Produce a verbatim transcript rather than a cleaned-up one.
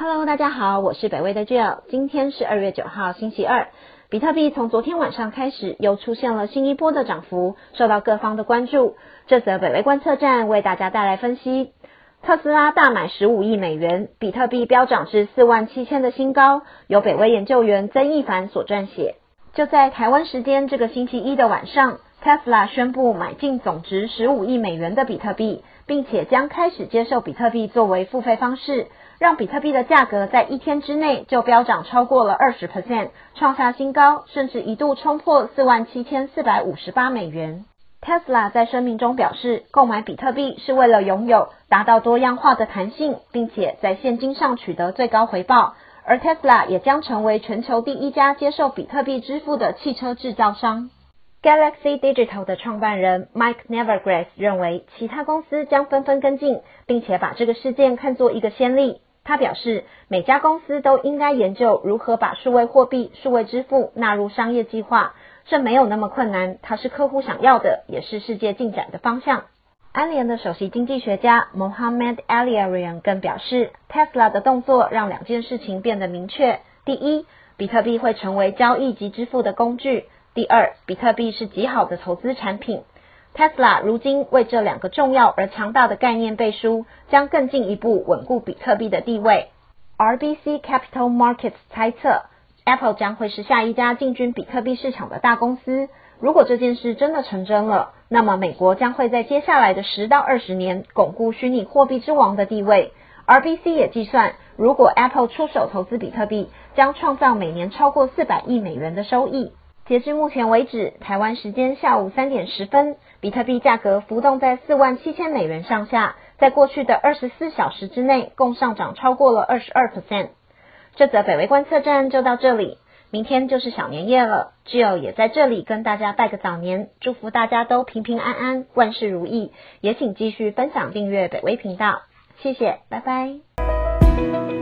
Hello， 大家好，我是北威的 Jill， 今天是二月九号星期二。比特币从昨天晚上开始又出现了新一波的涨幅，受到各方的关注。这则北威观测站为大家带来分析。特斯拉大买十五亿美元，比特币飙涨至四万七千的新高，由北威研究员曾一凡所撰写。就在台湾时间这个星期一的晚上， Tesla 宣布买进总值十五亿美元的比特币，并且将开始接受比特币作为付费方式，让比特币的价格在一天之内就飙涨超过了 百分之二十， 创下新高，甚至一度冲破四万七千四百五十八美元。Tesla 在声明中表示，购买比特币是为了拥有达到多样化的弹性，并且在现金上取得最高回报。而 Tesla 也将成为全球第一家接受比特币支付的汽车制造商。Galaxy Digital 的创办人 Mike Novogratz 认为，其他公司将纷纷跟进，并且把这个事件看作一个先例。他表示，每家公司都应该研究如何把数位货币、数位支付纳入商业计划，这没有那么困难，它是客户想要的，也是世界进展的方向。安联的首席经济学家 Mohamed El-Erian 更表示， Tesla 的动作让两件事情变得明确。第一，比特币会成为交易及支付的工具。第二，比特币是极好的投资产品。Tesla 如今为这两个重要而强大的概念背书，将更进一步稳固比特币的地位。R B C Capital Markets 猜测， Apple 将会是下一家进军比特币市场的大公司。如果这件事真的成真了，那么美国将会在接下来的十到二十年巩固虚拟货币之王的地位。R B C 也计算，如果 Apple 出手投资比特币，将创造每年超过四百亿美元的收益。截至目前为止，台湾时间下午三点十分，比特币价格浮动在四万七千美元上下，在过去的二十四小时之内共上涨超过了 百分之二十二。 这则北威观测站就到这里，明天就是小年夜了， Jill 也在这里跟大家拜个早年，祝福大家都平平安安，万事如意，也请继续分享订阅北威频道，谢谢，拜拜。